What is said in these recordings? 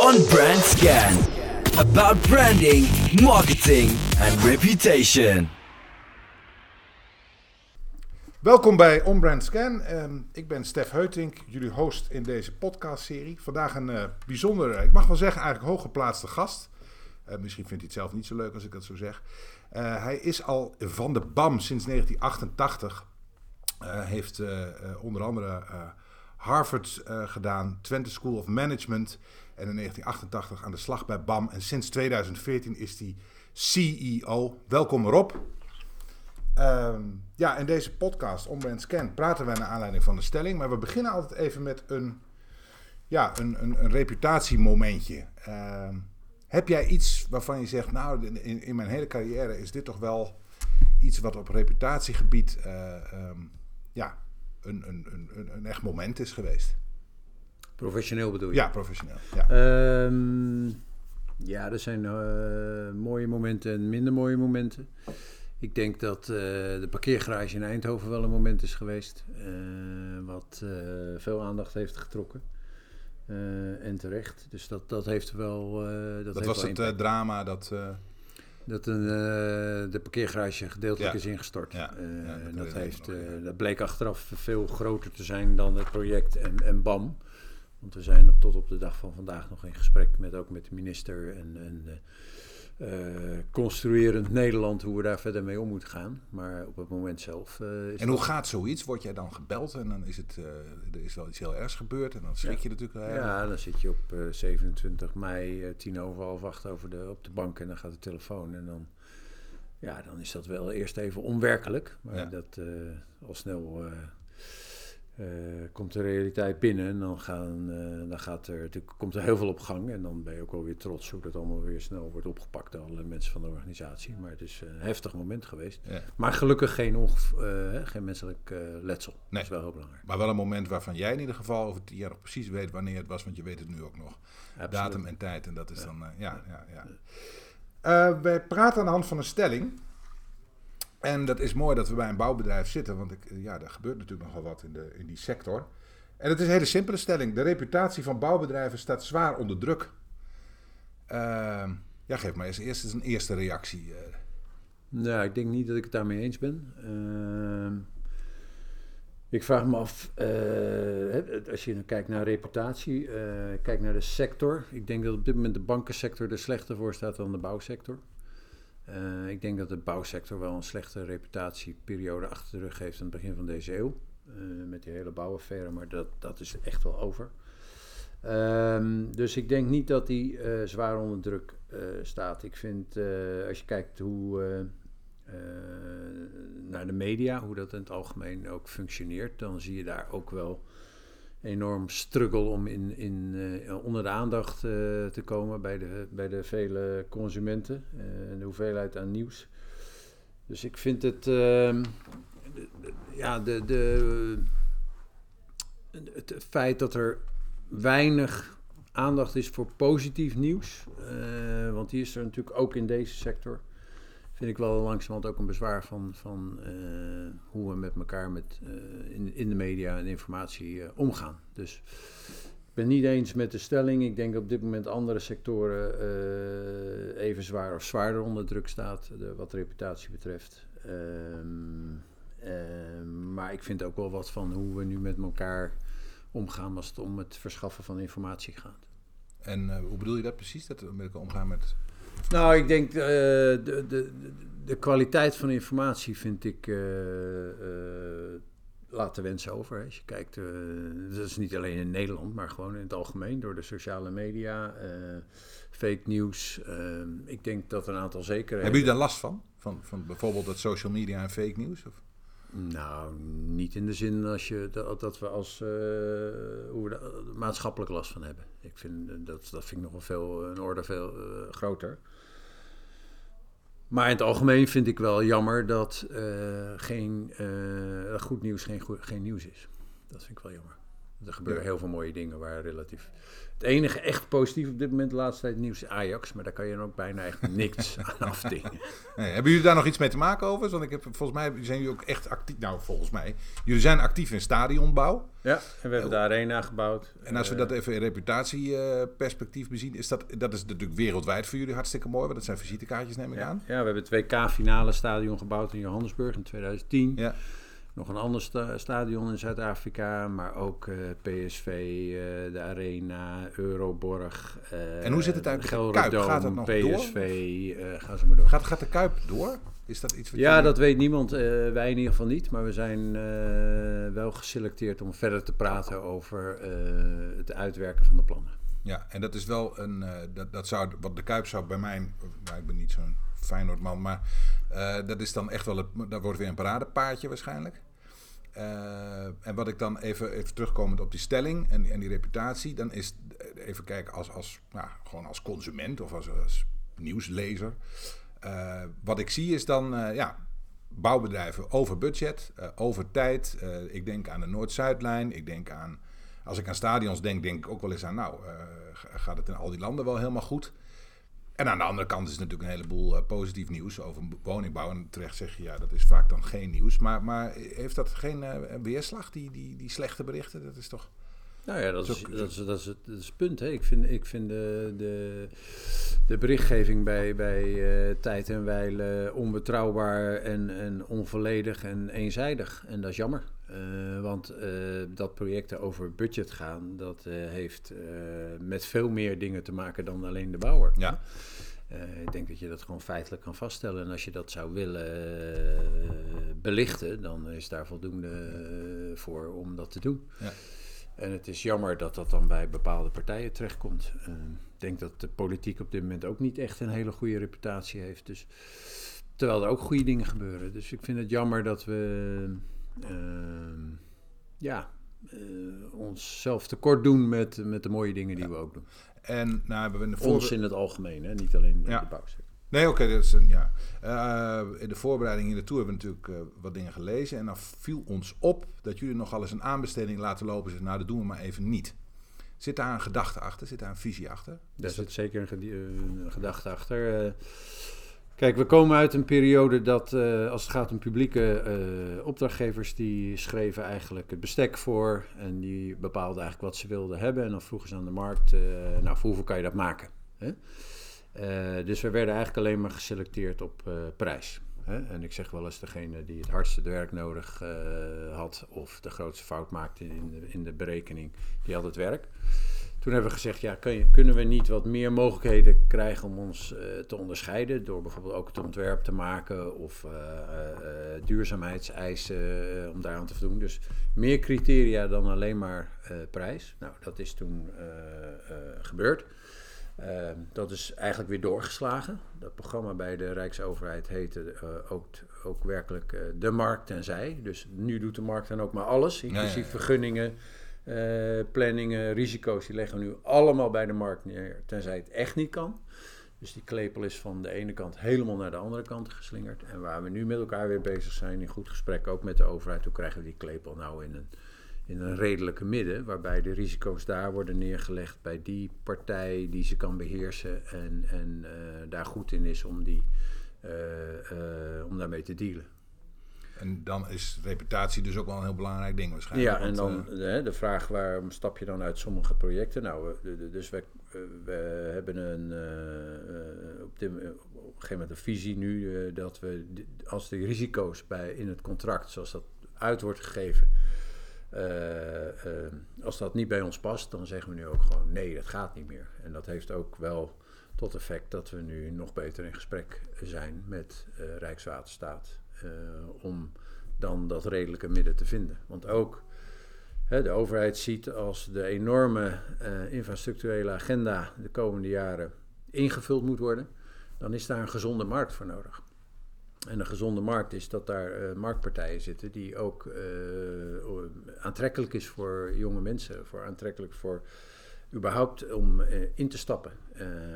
On Brand Scan. About branding, marketing and reputation. Welkom bij On Brand Scan. Ik ben Stef Heutink, jullie host in deze podcastserie. Vandaag een bijzonder, ik mag wel zeggen, eigenlijk hooggeplaatste gast. Misschien vindt hij het zelf niet zo leuk als ik dat zo zeg. Hij is al van de BAM sinds 1988. Heeft onder andere Harvard gedaan, Twente School of Management. En in 1988 aan de slag bij BAM. En sinds 2014 is hij CEO. Welkom Rob. In deze podcast, On Brand Scan, praten wij naar aanleiding van de stelling. Maar we beginnen altijd even met een reputatiemomentje. Heb jij iets waarvan je zegt, nou, in mijn hele carrière is dit toch wel iets wat op reputatiegebied een echt moment is geweest? Professioneel bedoel je? Ja, professioneel. Ja, er zijn mooie momenten en minder mooie momenten. Ik denk dat de parkeergarage in Eindhoven wel een moment is geweest. Wat veel aandacht heeft getrokken. En terecht. Dus dat heeft wel... dat was het drama dat... Dat de parkeergarage gedeeltelijk is ingestort. Dat bleek achteraf veel groter te zijn dan het project en BAM. Want we zijn tot op de dag van vandaag nog in gesprek met de minister en construerend Nederland, hoe we daar verder mee om moeten gaan. Maar op het moment zelf... hoe gaat zoiets? Word jij dan gebeld en dan is het er is wel iets heel ergs gebeurd en dan schrik je natuurlijk... Ja, dan zit je op 27 mei 7:50 op de bank en dan gaat de telefoon en dan... Ja, dan is dat wel eerst even onwerkelijk. Maar dat al snel... komt de realiteit binnen en dan komt er heel veel op gang. En dan ben je ook wel weer trots hoe dat allemaal weer snel wordt opgepakt door alle mensen van de organisatie. Maar het is een heftig moment geweest. Ja. Maar gelukkig geen menselijk letsel. Nee. Dat is wel heel belangrijk. Maar wel een moment waarvan jij in ieder geval over 10 jaar nog precies weet wanneer het was. Want je weet het nu ook nog. Absoluut. Datum en tijd. En dat is dan... wij praten aan de hand van een stelling. En dat is mooi dat we bij een bouwbedrijf zitten, want er gebeurt natuurlijk nogal wat in die sector. En het is een hele simpele stelling. De reputatie van bouwbedrijven staat zwaar onder druk. Geef maar eens een eerste reactie. Nou, ik denk niet dat ik het daarmee eens ben. Ik vraag me af, als je kijkt naar reputatie, kijkt naar de sector. Ik denk dat op dit moment de bankensector er slechter voor staat dan de bouwsector. Ik denk dat de bouwsector wel een slechte reputatieperiode achter de rug heeft aan het begin van deze eeuw. Met die hele bouwaffaire, maar dat is echt wel over. Dus ik denk niet dat die zwaar onder druk staat. Ik vind, als je kijkt naar de media, hoe dat in het algemeen ook functioneert, dan zie je daar ook wel enorm struggle om onder de aandacht te komen bij de vele consumenten en de hoeveelheid aan nieuws. Dus ik vind het het feit dat er weinig aandacht is voor positief nieuws, want die is er natuurlijk ook in deze sector, vind ik wel langzamerhand ook een bezwaar van hoe we met elkaar in de media en informatie omgaan. Dus ik ben niet eens met de stelling. Ik denk dat op dit moment andere sectoren even zwaar of zwaarder onder druk staat, wat reputatie betreft. Maar ik vind ook wel wat van hoe we nu met elkaar omgaan als het om het verschaffen van informatie gaat. En hoe bedoel je dat precies, dat we met elkaar omgaan met... Nou, ik denk de kwaliteit van informatie vind ik laat de wensen over. Als je kijkt, dat is niet alleen in Nederland, maar gewoon in het algemeen door de sociale media, fake news. Ik denk dat een aantal zekerheden... Hebben jullie daar last van? Van bijvoorbeeld dat social media en fake news? Of? Nou, niet in de zin dat we als hoe we er maatschappelijk last van hebben. Ik vind dat vind ik nog wel een orde veel groter. Maar in het algemeen vind ik wel jammer dat goed nieuws geen nieuws is. Dat vind ik wel jammer. Er gebeuren heel veel mooie dingen waar relatief... Het enige echt positief op dit moment de laatste tijd nieuws is Ajax. Maar daar kan je dan ook bijna echt niks aan afdingen. Nee, hebben jullie daar nog iets mee te maken over? Want volgens mij zijn jullie ook echt actief. Nou, volgens mij. Jullie zijn actief in stadionbouw. Ja, en we hebben de arena gebouwd. En als we dat even in reputatieperspectief bezien, dat is natuurlijk wereldwijd voor jullie hartstikke mooi. Want dat zijn visitekaartjes, neem ik aan. Ja, we hebben het WK-finale stadion gebouwd in Johannesburg in 2010. Ja. Nog een ander stadion in Zuid-Afrika, maar ook PSV, de Arena, Euroborg. En hoe zit het eigenlijk met de Kuip? Gaat dat nog PSV, door? Gaan ze maar door. Gaat de Kuip door? Is dat iets wat dat weet niemand. Wij in ieder geval niet. Maar we zijn wel geselecteerd om verder te praten over het uitwerken van de plannen. Ja, en dat is wel een... dat zou, wat de Kuip zou bij mij... Nou, ik ben niet zo'n Feyenoordman, maar dat is dan echt wel... Dat wordt weer een paradepaardje waarschijnlijk. En wat ik dan even terugkomend op die stelling en die reputatie, dan is even kijken gewoon als consument of als nieuwslezer. Wat ik zie is dan bouwbedrijven over budget, over tijd. Ik denk aan de Noord-Zuidlijn. Ik denk aan, als ik aan stadions denk ik ook wel eens aan, gaat het in al die landen wel helemaal goed? En aan de andere kant is het natuurlijk een heleboel positief nieuws over woningbouw. En terecht zeg je, dat is vaak dan geen nieuws. Maar heeft dat geen weerslag, die slechte berichten? Dat is toch... Nou ja, dat is het punt. Hè. Ik vind de berichtgeving bij Tijd en Wijle onbetrouwbaar en onvolledig en eenzijdig. En dat is jammer. Want dat projecten over budget gaan, dat heeft met veel meer dingen te maken dan alleen de bouwer. Ja. Ik denk dat je dat gewoon feitelijk kan vaststellen. En als je dat zou willen belichten, dan is daar voldoende voor om dat te doen. Ja. En het is jammer dat dat dan bij bepaalde partijen terechtkomt. Ik denk dat de politiek op dit moment ook niet echt een hele goede reputatie heeft. Dus, terwijl er ook goede dingen gebeuren. Dus ik vind het jammer dat we onszelf tekort doen met de mooie dingen die we ook doen. En hebben we ons in het algemeen, hè? Niet alleen de bouwsector. Nee, oké, dat is in de voorbereiding hier naartoe hebben we natuurlijk wat dingen gelezen. En dan viel ons op dat jullie nogal eens een aanbesteding laten lopen. Zeggen, dat doen we maar even niet. Zit daar een gedachte achter? Zit daar een visie achter? Daar zit zeker een gedachte achter. Kijk, we komen uit een periode dat, als het gaat om publieke opdrachtgevers, die schreven eigenlijk het bestek voor. En die bepaalden eigenlijk wat ze wilden hebben. En dan vroegen ze aan de markt, voor hoeveel kan je dat maken? Hè? Dus we werden eigenlijk alleen maar geselecteerd op prijs. Hè? En ik zeg wel eens, degene die het hardste werk nodig had of de grootste fout maakte in de berekening, die had het werk. Toen hebben we gezegd, kunnen we niet wat meer mogelijkheden krijgen om ons te onderscheiden, door bijvoorbeeld ook het ontwerp te maken of duurzaamheidseisen om daaraan te voldoen. Dus meer criteria dan alleen maar prijs. Nou, dat is toen gebeurd. Dat is eigenlijk weer doorgeslagen. Dat programma bij de Rijksoverheid heette ook werkelijk De Markt Tenzij. Dus nu doet de markt dan ook maar alles, inclusief vergunningen, planningen, risico's. Die leggen we nu allemaal bij de markt neer, tenzij het echt niet kan. Dus die klepel is van de ene kant helemaal naar de andere kant geslingerd. En waar we nu met elkaar weer bezig zijn, in goed gesprek ook met de overheid, hoe krijgen we die klepel nou in een redelijke midden, waarbij de risico's daar worden neergelegd bij die partij die ze kan beheersen en daar goed in is om daarmee te dealen. En dan is reputatie dus ook wel een heel belangrijk ding waarschijnlijk. Ja, en dan de vraag, waarom stap je dan uit sommige projecten? Nou, dus we hebben op een gegeven moment een visie nu, dat we, als de risico's in het contract, zoals dat uit wordt gegeven, als dat niet bij ons past, dan zeggen we nu ook gewoon nee, dat gaat niet meer. En dat heeft ook wel tot effect dat we nu nog beter in gesprek zijn met Rijkswaterstaat om dan dat redelijke midden te vinden. Want ook de overheid ziet, als de enorme infrastructurele agenda de komende jaren ingevuld moet worden, dan is daar een gezonde markt voor nodig. En een gezonde markt is dat daar marktpartijen zitten die ook aantrekkelijk is voor jonge mensen, aantrekkelijk voor überhaupt om in te stappen.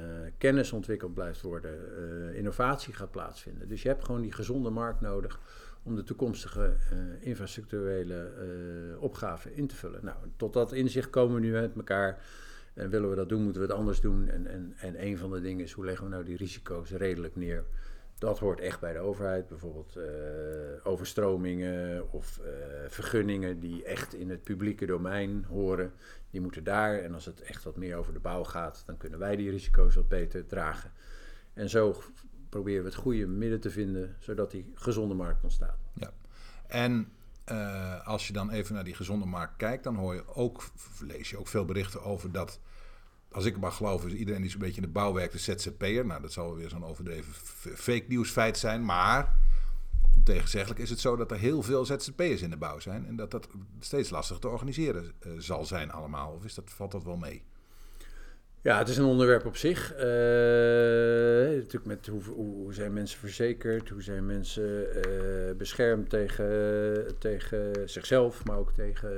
Kennis ontwikkeld blijft worden, innovatie gaat plaatsvinden. Dus je hebt gewoon die gezonde markt nodig om de toekomstige infrastructurele opgaven in te vullen. Nou, tot dat inzicht komen we nu met elkaar. En willen we dat doen, moeten we het anders doen. En een van de dingen is, hoe leggen we nou die risico's redelijk neer? Dat hoort echt bij de overheid. Bijvoorbeeld overstromingen of vergunningen die echt in het publieke domein horen. Die moeten daar. En als het echt wat meer over de bouw gaat, dan kunnen wij die risico's wat beter dragen. En zo proberen we het goede midden te vinden, zodat die gezonde markt ontstaat. Ja. En als je dan even naar die gezonde markt kijkt, dan lees je ook veel berichten over dat, als ik maar geloof, is iedereen die zo'n beetje in de bouw werkt, de ZZP'er. Nou, dat zal wel weer zo'n overdreven fake nieuwsfeit zijn, maar ontegenzeggelijk is het zo dat er heel veel ZZP'ers in de bouw zijn en dat steeds lastiger te organiseren zal zijn allemaal. Of valt dat wel mee? Ja, het is een onderwerp op zich. Natuurlijk met hoe zijn mensen verzekerd, hoe zijn mensen beschermd tegen zichzelf, maar ook tegen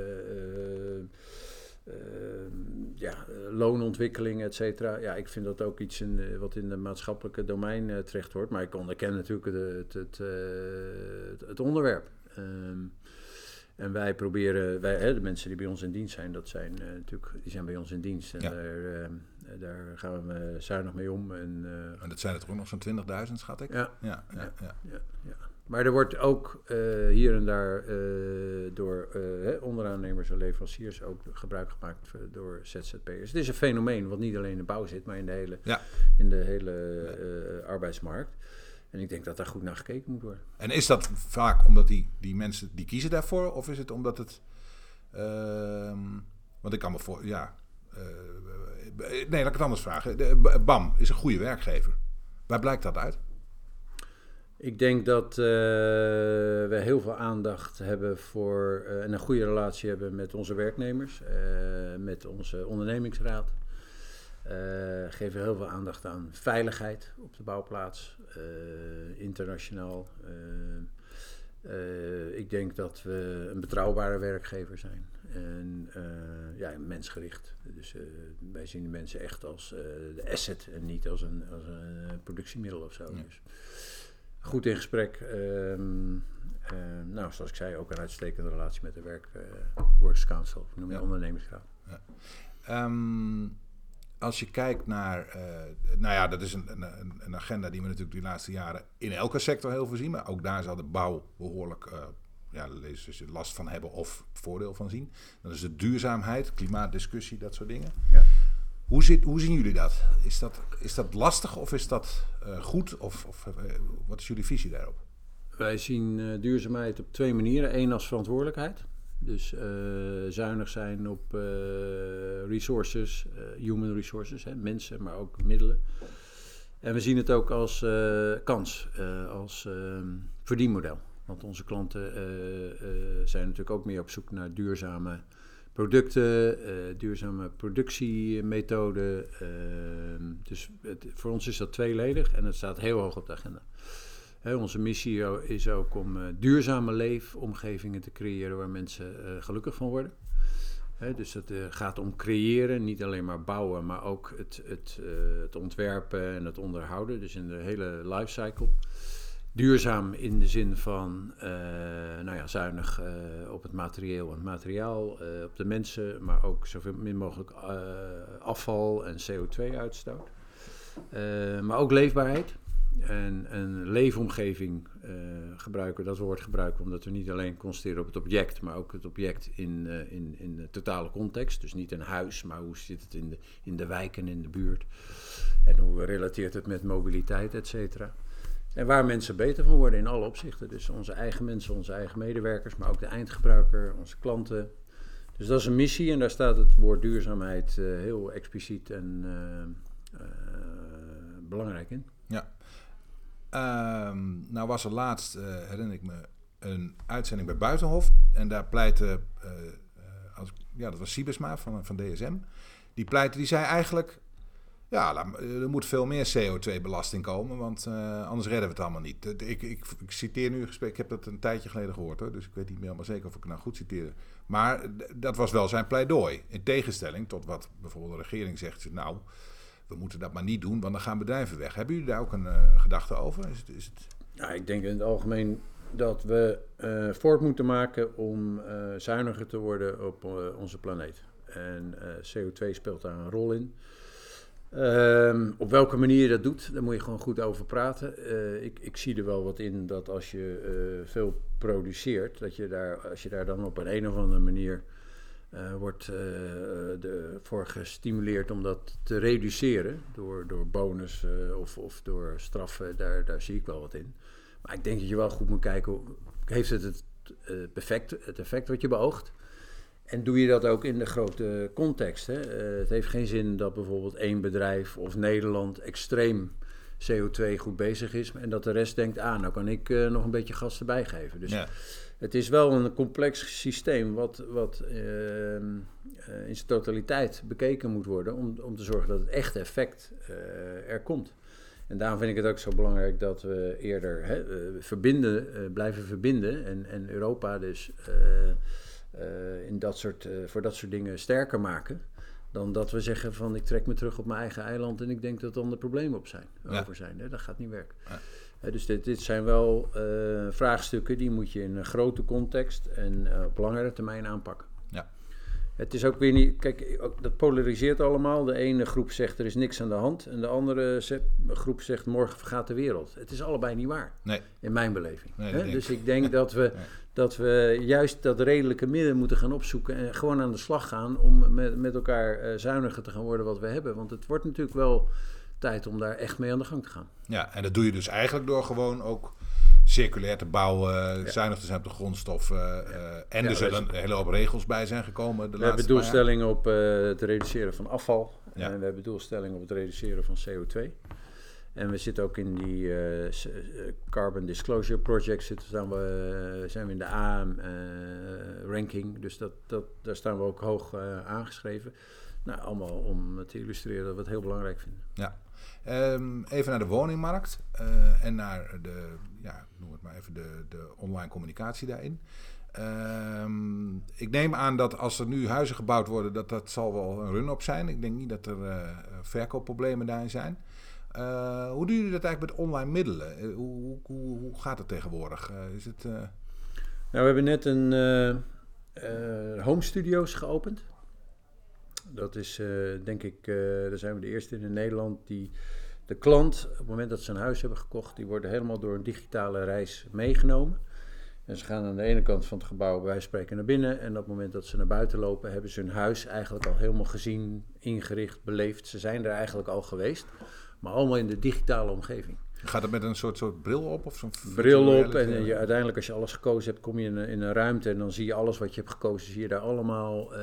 loonontwikkeling, et cetera. Ja, ik vind dat ook iets wat in de maatschappelijke domein terecht hoort. Maar ik onderken natuurlijk het onderwerp. En wij proberen, de mensen die bij ons in dienst zijn, die zijn bij ons in dienst. En daar gaan we zuinig mee om. En dat zijn er toch ook nog zo'n 20.000, schat ik? Ja. Maar er wordt ook hier en daar door onderaannemers en leveranciers ook gebruik gemaakt door ZZP'ers. Het is een fenomeen wat niet alleen in de bouw zit, maar in de hele arbeidsmarkt. En ik denk dat daar goed naar gekeken moet worden. En is dat vaak omdat die mensen die kiezen daarvoor? Of is het omdat het... want ik kan me voor... nee, laat ik het anders vragen. BAM is een goede werkgever. Waar blijkt dat uit? Ik denk dat we heel veel aandacht hebben voor... en een goede relatie hebben met onze werknemers. Met onze ondernemingsraad. Geven heel veel aandacht aan veiligheid op de bouwplaats, internationaal. Ik denk dat we een betrouwbare werkgever zijn en mensgericht. Dus wij zien de mensen echt als de asset en niet als een productiemiddel of zo. Ja. Dus goed in gesprek. Zoals ik zei, ook een uitstekende relatie met de Works Council, noem je ondernemingsraad. Ja. Als je kijkt naar, dat is een agenda die we natuurlijk de laatste jaren in elke sector heel veel zien, maar ook daar zal de bouw behoorlijk last van hebben of voordeel van zien. Dat is de duurzaamheid, klimaatdiscussie, dat soort dingen. Ja. Hoe zien jullie dat? Is dat lastig of is dat goed? Of wat is jullie visie daarop? Wij zien duurzaamheid op 2 manieren. 1 als verantwoordelijkheid. Dus zuinig zijn op resources, human resources, mensen, maar ook middelen. En we zien het ook als kans, als verdienmodel. Want onze klanten zijn natuurlijk ook meer op zoek naar duurzame producten, duurzame productiemethoden. Dus voor ons is dat tweeledig en het staat heel hoog op de agenda. Onze missie is ook om duurzame leefomgevingen te creëren waar mensen gelukkig van worden. Dus het gaat om creëren, niet alleen maar bouwen, maar ook het ontwerpen en het onderhouden. Dus in de hele lifecycle. Duurzaam in de zin van zuinig op het materiaal, op de mensen, maar ook zoveel min mogelijk afval en CO2-uitstoot. Maar ook leefbaarheid. En een leefomgeving dat woord gebruiken omdat we niet alleen concentreren op het object, maar ook het object in de totale context. Dus niet een huis, maar hoe zit het in de wijk en in de buurt. En hoe relateert het met mobiliteit, et cetera. En waar mensen beter van worden in alle opzichten. Dus onze eigen mensen, onze eigen medewerkers, maar ook de eindgebruiker, onze klanten. Dus dat is een missie en daar staat het woord duurzaamheid heel expliciet en belangrijk in. Ja. Nou was er laatst, herinner ik me, een uitzending bij Buitenhof. En daar pleitte, dat was Siebesma van DSM. Die zei eigenlijk, er moet veel meer CO2-belasting komen, want anders redden we het allemaal niet. Ik citeer nu een gesprek, ik heb dat een tijdje geleden gehoord hoor, dus ik weet niet meer helemaal zeker of ik het nou goed citeerde. Maar dat was wel zijn pleidooi, in tegenstelling tot wat bijvoorbeeld de regering zegt, we moeten dat maar niet doen, want dan gaan bedrijven weg. Hebben jullie daar ook een gedachte over? Ja, ik denk in het algemeen dat we voort moeten maken om zuiniger te worden op onze planeet. En CO2 speelt daar een rol in. Op welke manier je dat doet, daar moet je gewoon goed over praten. Ik zie er wel wat in dat als je veel produceert, dat als je daar dan op een of andere manier wordt voor gestimuleerd om dat te reduceren door bonus of door straffen, daar zie ik wel wat in. Maar ik denk dat je wel goed moet kijken, heeft het effect wat je beoogt? En doe je dat ook in de grote context? Hè? Het heeft geen zin dat bijvoorbeeld één bedrijf of Nederland extreem CO2 goed bezig is en dat de rest denkt, nou kan ik nog een beetje gas erbij geven. Dus het is wel een complex systeem wat in zijn totaliteit bekeken moet worden om te zorgen dat het echte effect er komt. En daarom vind ik het ook zo belangrijk dat we eerder blijven verbinden en Europa dus voor dat soort dingen sterker maken. Dan dat we zeggen van ik trek me terug op mijn eigen eiland en ik denk dat dan de problemen over zijn. Hè? Dat gaat niet werken. Ja. Dus dit zijn wel vraagstukken die moet je in een grote context en op langere termijn aanpakken. Ja. Het is ook weer niet, kijk, dat polariseert allemaal. De ene groep zegt er is niks aan de hand en de andere groep zegt morgen vergaat de wereld. Het is allebei niet waar, in mijn beleving. Dus ik denk dat we juist dat redelijke midden moeten gaan opzoeken en gewoon aan de slag gaan om met elkaar zuiniger te gaan worden wat we hebben. Want het wordt natuurlijk wel tijd om daar echt mee aan de gang te gaan. Ja, en dat doe je dus eigenlijk door gewoon ook circulair te bouwen, zuinig te zijn op de grondstoffen. Er zullen een hele hoop regels bij zijn gekomen. We hebben doelstellingen op het reduceren van afval. En we hebben doelstellingen op het reduceren van CO2. En we zitten ook in die Carbon Disclosure Project, zijn we in de A-ranking. Dus daar staan we ook hoog aangeschreven. Nou, allemaal om te illustreren dat we het heel belangrijk vinden. Ja. Even naar de woningmarkt en naar noem het maar even de online communicatie daarin. Ik neem aan dat als er nu huizen gebouwd worden, dat zal wel een run-op zijn. Ik denk niet dat er verkoopproblemen daarin zijn. Hoe doen jullie dat eigenlijk met online middelen? Hoe gaat het tegenwoordig? Is het? Nou, we hebben net een home studio's geopend. Dat is denk ik, daar zijn we de eerste in Nederland die de klant, op het moment dat ze een huis hebben gekocht, die worden helemaal door een digitale reis meegenomen. En ze gaan aan de ene kant van het gebouw bij wijze van spreken naar binnen. En op het moment dat ze naar buiten lopen, hebben ze hun huis eigenlijk al helemaal gezien, ingericht, beleefd. Ze zijn er eigenlijk al geweest, maar allemaal in de digitale omgeving. Gaat het met een soort bril op? Of zo'n bril op en uiteindelijk als je alles gekozen hebt, kom je in een ruimte en dan zie je alles wat je hebt gekozen, zie je daar allemaal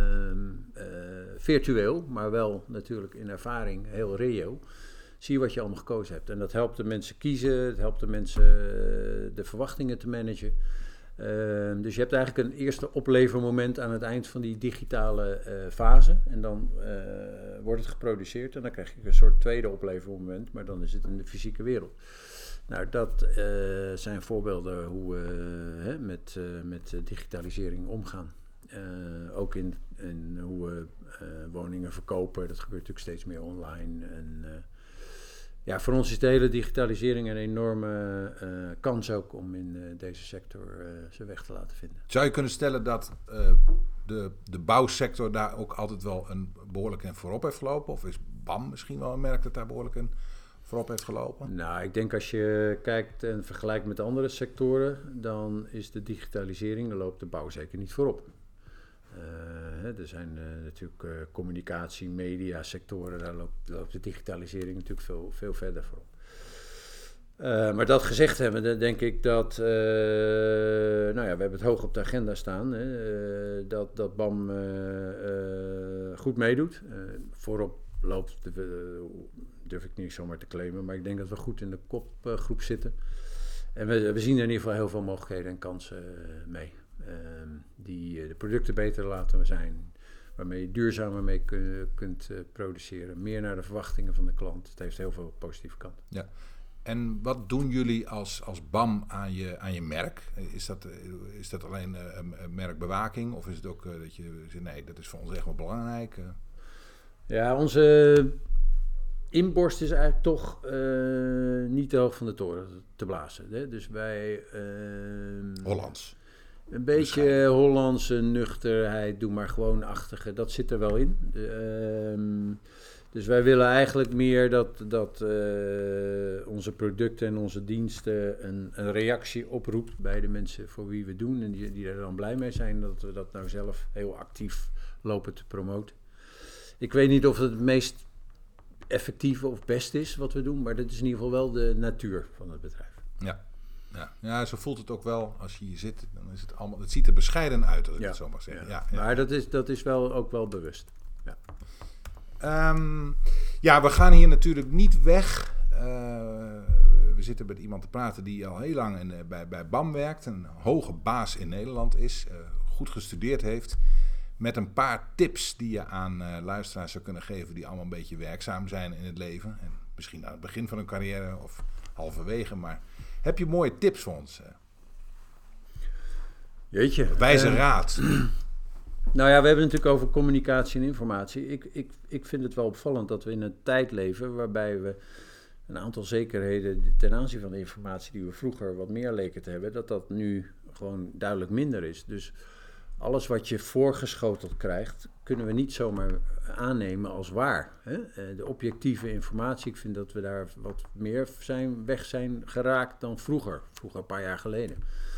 virtueel, maar wel natuurlijk in ervaring heel reëel. Zie je wat je allemaal gekozen hebt. En dat helpt de mensen kiezen, het helpt de mensen de verwachtingen te managen. Dus je hebt eigenlijk een eerste oplevermoment aan het eind van die digitale fase. En dan wordt het geproduceerd en dan krijg je een soort tweede oplevermoment, maar dan is het in de fysieke wereld. Nou, dat zijn voorbeelden hoe we met digitalisering omgaan. Ook in hoe we woningen verkopen, dat gebeurt natuurlijk steeds meer online. En voor ons is de hele digitalisering een enorme kans ook om in deze sector zijn weg te laten vinden. Zou je kunnen stellen dat de bouwsector daar ook altijd wel een behoorlijk in voorop heeft gelopen? Of is BAM misschien wel een merk dat daar behoorlijk in voorop heeft gelopen? Nou, ik denk als je kijkt en vergelijkt met andere sectoren, dan is de digitalisering, daar loopt de bouw zeker niet voorop. Er zijn natuurlijk communicatie, media sectoren, daar loopt de digitalisering natuurlijk veel verder voorop. Maar dat gezegd hebben, dan denk ik dat, we hebben het hoog op de agenda staan, dat BAM goed meedoet. Voorop loopt, durf ik niet zomaar te claimen, maar ik denk dat we goed in de kopgroep zitten. En we zien er in ieder geval heel veel mogelijkheden en kansen mee. Die de producten beter laten zijn, waarmee je duurzamer mee kunt produceren. Meer naar de verwachtingen van de klant. Het heeft heel veel positieve kanten. Ja. En wat doen jullie als BAM aan je merk? Is dat alleen merkbewaking? Of is het ook dat je zegt, nee, dat is voor ons echt wel belangrijk? Ja, inborst is eigenlijk toch niet te hoog van de toren te blazen. Hè? Dus wij... Hollands. Een beetje Hollandse nuchterheid, doe maar gewoon-achtige, dat zit er wel in. Dus wij willen eigenlijk meer dat onze producten en onze diensten een reactie oproept bij de mensen voor wie we doen. En die er dan blij mee zijn dat we dat nou zelf heel actief lopen te promoten. Ik weet niet of het meest effectieve of best is wat we doen, maar dat is in ieder geval wel de natuur van het bedrijf. Ja, zo voelt het ook wel als je hier zit. Dan is het allemaal. Het ziet er bescheiden uit, als ik het zo mag zeggen. Ja. Maar dat is wel ook wel bewust. Ja. We gaan hier natuurlijk niet weg. We zitten met iemand te praten die al heel lang bij BAM werkt. Een hoge baas in Nederland is. Goed gestudeerd heeft. Met een paar tips die je aan luisteraars zou kunnen geven. Die allemaal een beetje werkzaam zijn in het leven. En misschien aan het begin van hun carrière of halverwege. Maar heb je mooie tips voor ons? Jeetje. Wijze raad. Nou ja, we hebben het natuurlijk over communicatie en informatie. Ik vind het wel opvallend dat we in een tijd leven waarbij we een aantal zekerheden ten aanzien van de informatie die we vroeger wat meer leken te hebben, dat nu gewoon duidelijk minder is. Dus alles wat je voorgeschoteld krijgt, kunnen we niet zomaar aannemen als waar. Hè? De objectieve informatie, ik vind dat we daar wat meer weg zijn geraakt dan vroeger een paar jaar geleden.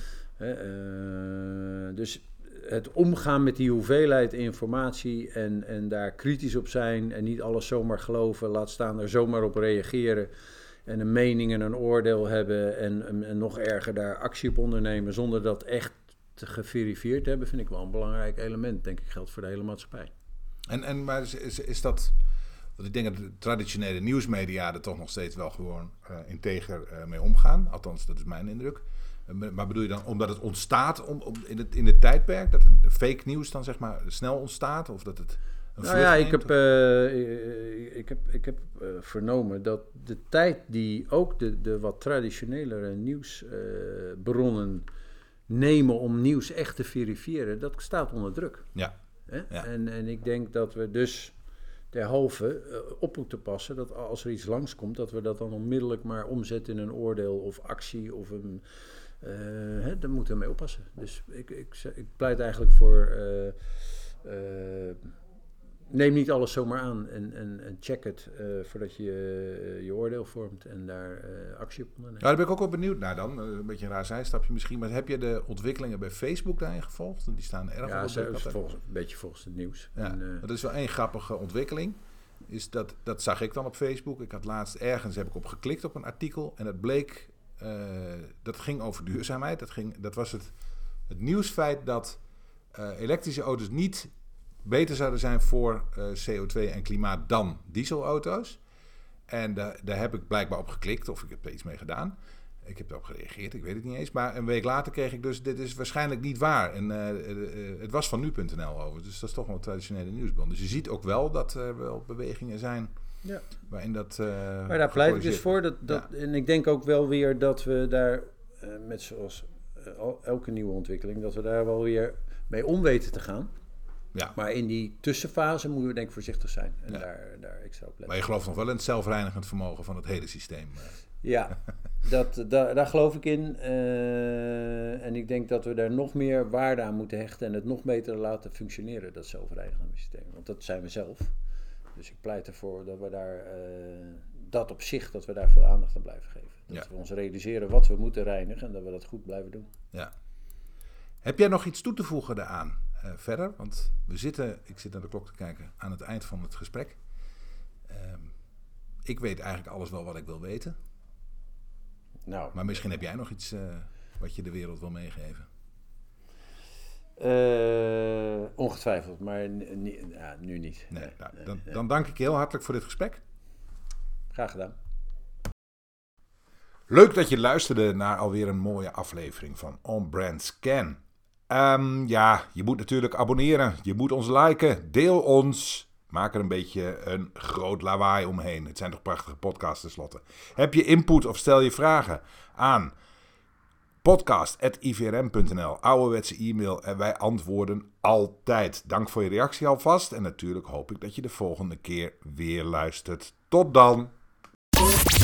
Dus het omgaan met die hoeveelheid informatie en daar kritisch op zijn en niet alles zomaar geloven, laat staan er zomaar op reageren en een mening en een oordeel hebben en nog erger daar actie op ondernemen zonder dat echt te geverifieerd te hebben, vind ik wel een belangrijk element, denk ik, geldt voor de hele maatschappij. Maar is dat, want ik denk dat de traditionele nieuwsmedia er toch nog steeds wel gewoon integer mee omgaan, althans dat is mijn indruk. Maar bedoel je dan omdat het ontstaat in het tijdperk, dat een fake nieuws dan zeg maar snel ontstaat of dat het een nou ja, ik heb vernomen dat de tijd die ook de wat traditionelere nieuwsbronnen nemen om nieuws echt te verifiëren, dat staat onder druk. Ja. Ja. En ik denk dat we dus derhalve op moeten passen dat als er iets langskomt, dat we dat dan onmiddellijk maar omzetten in een oordeel of actie of een... daar moeten we mee oppassen. Dus ik pleit eigenlijk voor... neem niet alles zomaar aan en check het voordat je je oordeel vormt en daar actie op onderneemt. Ja, daar ben ik ook wel benieuwd naar dan. Een beetje een raar zijstapje misschien. Maar heb je de ontwikkelingen bij Facebook daarin gevolgd? Die staan erg een beetje volgens het nieuws. Ja, dat is wel één grappige ontwikkeling. Is dat zag ik dan op Facebook. Ik had laatst ergens heb ik op geklikt op een artikel en het bleek... dat ging over duurzaamheid. Dat was het nieuwsfeit dat elektrische auto's niet beter zouden zijn voor CO2 en klimaat dan dieselauto's. En daar heb ik blijkbaar op geklikt of ik heb er iets mee gedaan. Ik heb erop gereageerd, ik weet het niet eens. Maar een week later kreeg ik dus, dit is waarschijnlijk niet waar. En het was van nu.nl over. Dus dat is toch wel een traditionele nieuwsbron. Dus je ziet ook wel dat er wel bewegingen zijn... Ja. Waarin dat, maar daar pleit ik dus voor. En ik denk ook wel weer dat we daar, met zoals elke nieuwe ontwikkeling, dat we daar wel weer mee om weten te gaan. Ja. Maar in die tussenfase moeten we denk ik voorzichtig zijn. En daar extra op letten. Maar je gelooft nog wel in het zelfreinigend vermogen van het hele systeem. Ja, daar geloof ik in. En ik denk dat we daar nog meer waarde aan moeten hechten en het nog beter laten functioneren, dat zelfreinigende systeem. Want dat zijn we zelf. Dus ik pleit ervoor dat we daar dat we daar veel aandacht aan blijven geven. Dat we ons realiseren wat we moeten reinigen en dat we dat goed blijven doen. Ja. Heb jij nog iets toe te voegen daaraan verder? Want ik zit naar de klok te kijken, aan het eind van het gesprek. Ik weet eigenlijk alles wel wat ik wil weten. Nou, maar misschien heb jij nog iets wat je de wereld wil meegeven. Ongetwijfeld, maar nu niet. Nee, dan dank ik je heel hartelijk voor dit gesprek. Graag gedaan. Leuk dat je luisterde naar alweer een mooie aflevering van On Brand Scan. Je moet natuurlijk abonneren, je moet ons liken, deel ons. Maak er een beetje een groot lawaai omheen. Het zijn toch prachtige podcasts tenslotte. Heb je input of stel je vragen aan podcast@ivrm.nl, ouderwetse e-mail en wij antwoorden altijd. Dank voor je reactie alvast en natuurlijk hoop ik dat je de volgende keer weer luistert. Tot dan!